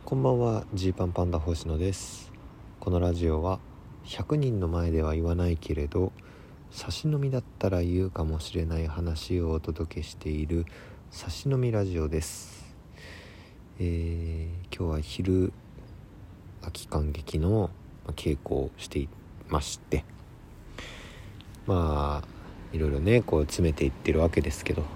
こんばんは、ジーパンパンダ星野です。このラジオは100人の前では言わないけれど差し飲みだったら言うかもしれない話をお届けしている差し飲みラジオです。今日は昼秋観劇の稽古をしていまして、いろいろねこう詰めていってるわけですけど、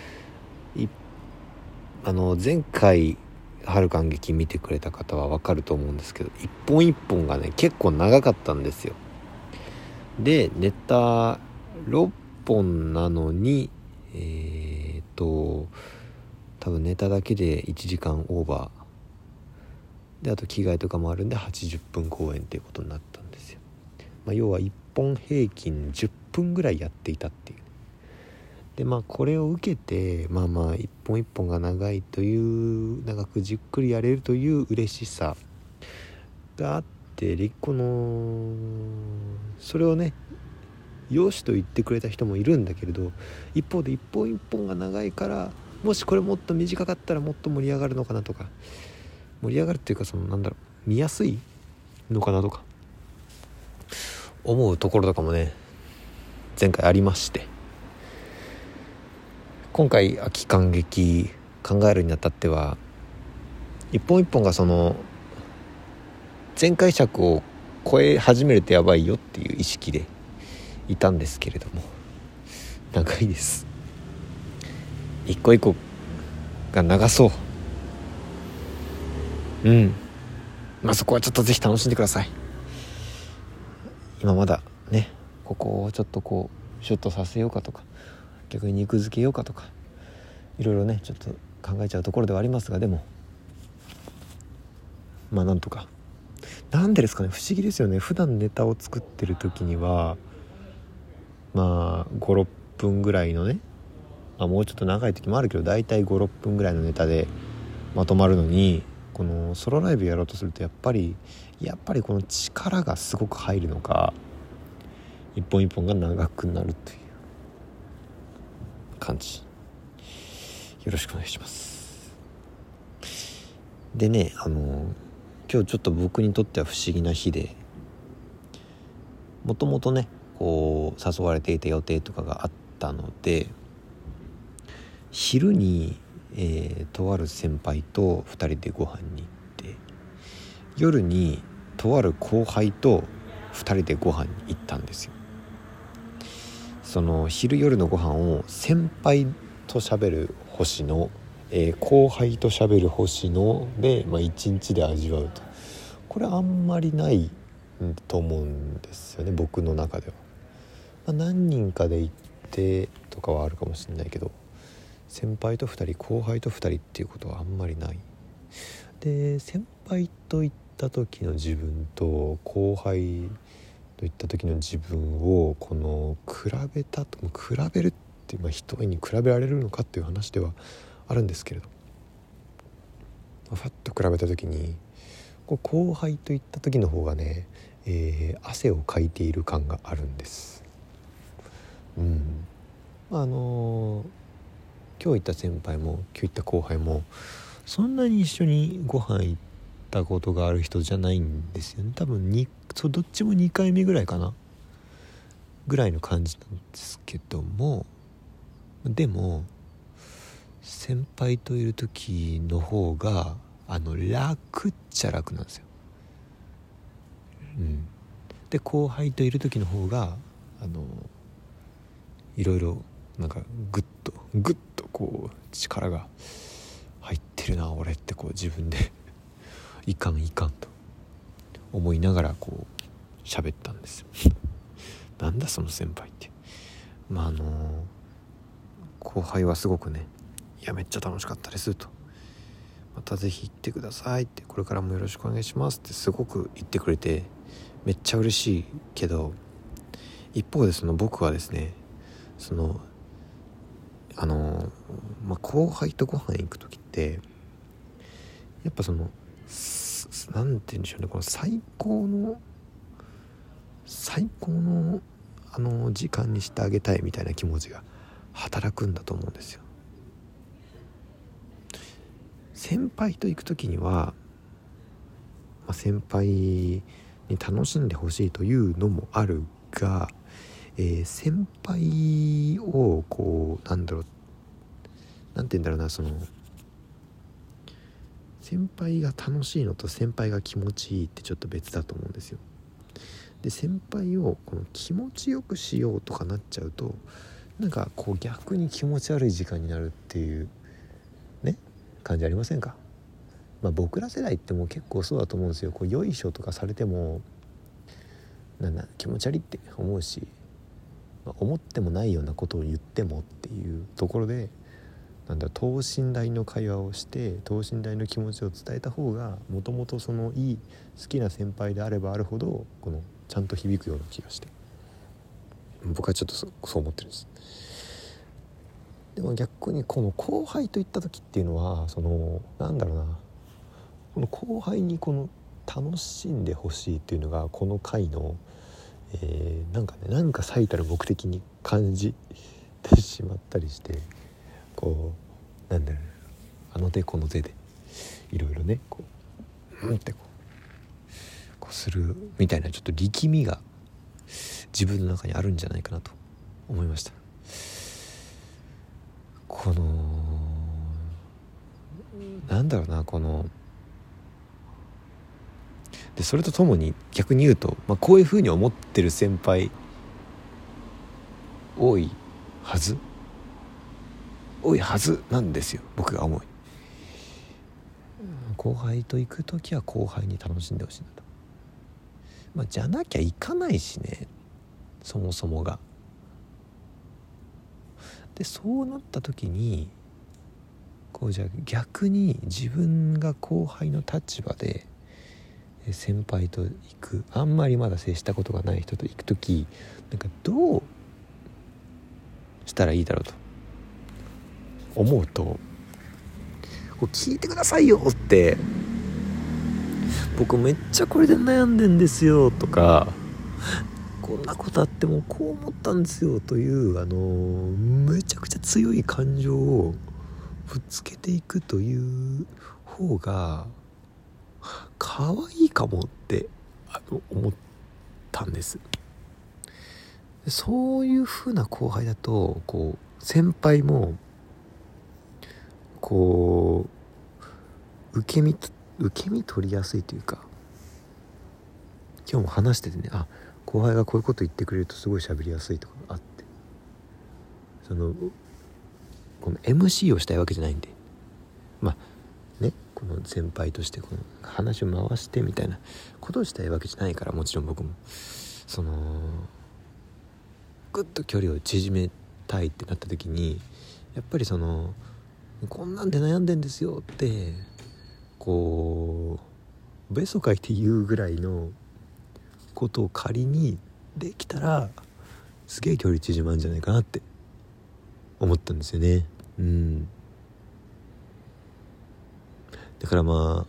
前回春観劇見てくれた方は分かると思うんですけど、一本一本がね結構長かったんですよ。でネタ6本なのに多分ネタだけで1時間オーバーで、あと着替えとかもあるんで80分公演っていうことになったんですよ。要は1本平均10分ぐらいやっていたっていう。でこれを受けて一本一本が長くじっくりやれるという嬉しさがあって、それをね良しと言ってくれた人もいるんだけれど、一方で一本一本が長いから、もしこれもっと短かったらもっと盛り上がるのかなとか、盛り上がるっていうか見やすいのかなとか思うところとかもね前回ありまして、今回秋観劇考えるにあたっては一本一本が前回尺を超え始めるとやばいよっていう意識でいたんですけれども、長いです。一個一個が長そう。そこはちょっとぜひ楽しんでください。今まだねここをちょっとシュッとさせようかとか、逆に肉付けようかとか、いろいろねちょっと考えちゃうところではありますが、でもなんとか、なんでですかね、不思議ですよね。普段ネタを作ってる時には5、6分ぐらいのね、もうちょっと長い時もあるけど、だいたい5、6分ぐらいのネタでまとまるのに、このソロライブやろうとするとやっぱりこの力がすごく入るのか、一本一本が長くなるという感じ。よろしくお願いします。でね、今日ちょっと僕にとっては不思議な日で、もともとね誘われていた予定とかがあったので、昼に、とある先輩と2人でご飯に行って、夜にとある後輩と2人でご飯に行ったんですよ。その昼夜のご飯を先輩と喋る星野、後輩と喋る星野で、一日で味わうと、これあんまりないと思うんですよね、僕の中では。何人かで行ってとかはあるかもしれないけど、先輩と2人後輩と2人っていうことはあんまりない。で先輩と行った時の自分と後輩と行った時の自分を比べるって、一重に比べられるのかっていう話ではあるんですけれど、ファッと比べた時に後輩と行った時の方がね、汗をかいている感があるんです。今日行った先輩も今日行った後輩もそんなに一緒にご飯行ったことがある人じゃないんですよね。多分どっちも2回目ぐらいかなぐらいの感じなんですけども、でも先輩といる時の方が楽っちゃ楽なんですよ。で後輩といる時の方がいろいろグッと力が入ってるな俺って自分でいかんと思いながら喋ったんですよ。なんだその先輩って。後輩はすごくね、いやめっちゃ楽しかったですと、またぜひ行ってくださいって、これからもよろしくお願いしますってすごく言ってくれて、めっちゃ嬉しいけど、一方で僕はですね、後輩とご飯行く時ってやっぱなんて言うんでしょうね、この最高の時間にしてあげたいみたいな気持ちが働くんだと思うんですよ。先輩と行く時には先輩に楽しんでほしいというのもあるが、先輩をこうなんて言うんだろうな、その先輩が楽しいのと先輩が気持ちいいってちょっと別だと思うんですよ。で先輩をこの気持ちよくしようとかなっちゃうと、なんかこう逆に気持ち悪い時間になるっていうね感じありませんか？僕ら世代ってもう結構そうだと思うんですよ。こうよいしょとかされても気持ち悪いって思うし、思ってもないようなことを言ってもっていうところで、等身大の会話をして等身大の気持ちを伝えた方が、もともとそのいい好きな先輩であればあるほどこのちゃんと響くような気がして、僕はちょっとそう思ってるんです。でも逆にこの後輩といった時っていうのは、この後輩にこの楽しんでほしいっていうのがこの回の、なんか最たる目的に感じてしまったりして、こうあの手この手でいろいろねってこうするみたいな、ちょっと力みが自分の中にあるんじゃないかなと思いました。このでそれとともに逆に言うと、こういうふうに思ってる先輩多いはずなんですよ、僕が思い。後輩と行くときは後輩に楽しんでほしいなと。じゃなきゃ行かないしね、そもそもが。でそうなった時にじゃあ逆に自分が後輩の立場で先輩と行く、あんまりまだ接したことがない人と行く時、どうしたらいいだろうと思うと、聞いてくださいよって、僕めっちゃこれで悩んでんですよとか、こんなことあってもこう思ったんですよというめちゃくちゃ強い感情をぶつけていくという方が可愛いかもって思ったんです。そういう風な後輩だと先輩も受け身取りやすいというか、今日も話しててね、後輩がこういうこと言ってくれるとすごい喋りやすいとかあって、この MC をしたいわけじゃないんで、この先輩としてこの話を回してみたいなことをしたいわけじゃないから、もちろん僕もぐっと距離を縮めたいってなった時に、やっぱりこんなんで悩んでんですよってベソ書いて言うぐらいのことを仮にできたら、すげえ距離縮まるんじゃないかなって思ったんですよね。だから後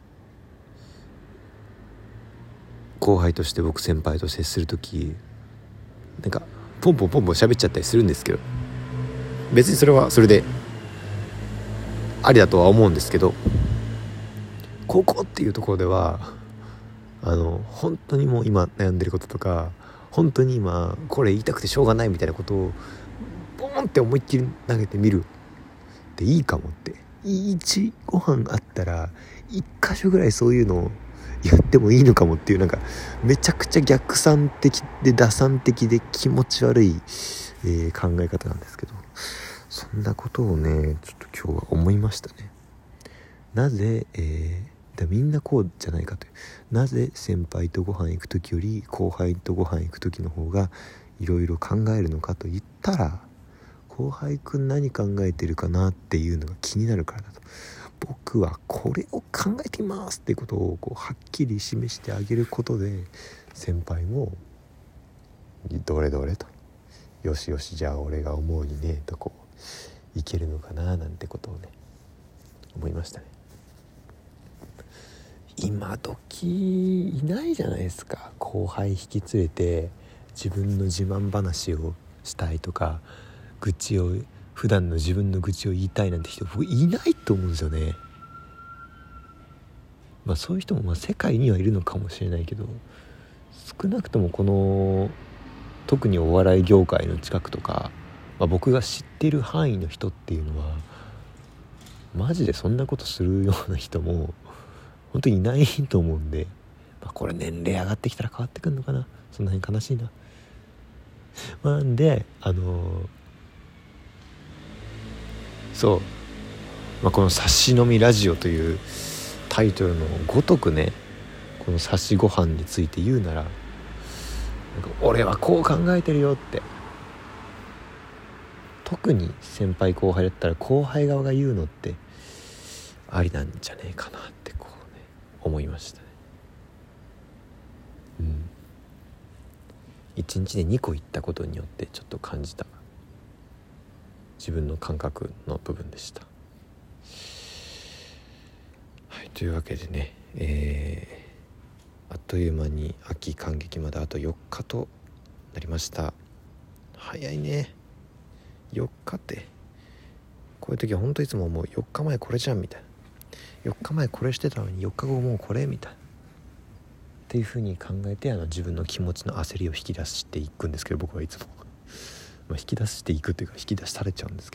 輩として僕先輩と接するとき、ポンポン喋っちゃったりするんですけど、別にそれはそれでありだとは思うんですけど、ここっていうところでは本当にもう今悩んでることとか、本当に今これ言いたくてしょうがないみたいなことをボーンって思いっきり投げてみるっていいかもって。ご飯あったら一箇所ぐらいそういうのをやってもいいのかもっていう、めちゃくちゃ逆算的で打算的で気持ち悪い、考え方なんですけど、そんなことをねちょっと今日は思いましたね。なぜ、みんなこうじゃないかという。なぜ先輩とご飯行く時より後輩とご飯行く時の方がいろいろ考えるのかと言ったら、後輩くん何考えてるかなっていうのが気になるからだと。僕はこれを考えていますっていうことをはっきり示してあげることで、先輩もどれどれと、よしよしじゃあ俺が思うにねといけるのかななんてことをね思いましたね。今時いないじゃないですか、後輩引き連れて自分の自慢話をしたいとか、普段の自分の愚痴を言いたいなんて人僕いないと思うんですよね。 そういう人も世界にはいるのかもしれないけど、少なくともこの特にお笑い業界の近くとか、僕が知っている範囲の人っていうのはマジでそんなことするような人も本当にいないと思うんで、これ年齢上がってきたら変わってくるのかな。そんなに悲しいな。なんでそう、この差し飲みラジオというタイトルのごとくね、この差しご飯について言うなら、俺はこう考えてるよって、特に先輩後輩だったら後輩側が言うのってありなんじゃねえかなって思いましたね。1日で2個言ったことによってちょっと感じた自分の感覚の部分でした。はい、というわけでね、あっという間に秋観劇まであと4日となりました。早いね。4日ってこういう時は本当いつももう4日前これじゃんみたいな、4日前これしてたのに4日後もうこれみたいなっていう風に考えて自分の気持ちの焦りを引き出していくんですけど、僕はいつも引き出していくというか引き出されちゃうんですけ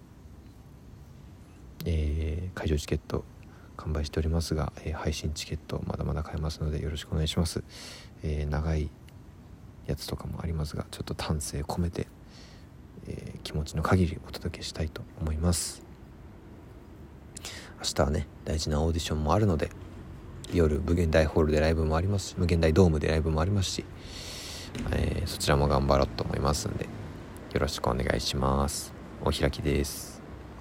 ど、会場チケット完売しておりますが、配信チケットまだまだ買えますのでよろしくお願いします。長いやつとかもありますが、ちょっと丹精込めて、気持ちの限りお届けしたいと思います。明日はね大事なオーディションもあるので、夜無限大ホールでライブもありますし、無限大ドームでライブもありますし、そちらも頑張ろうと思いますんでよろしくお願いします。お開きです。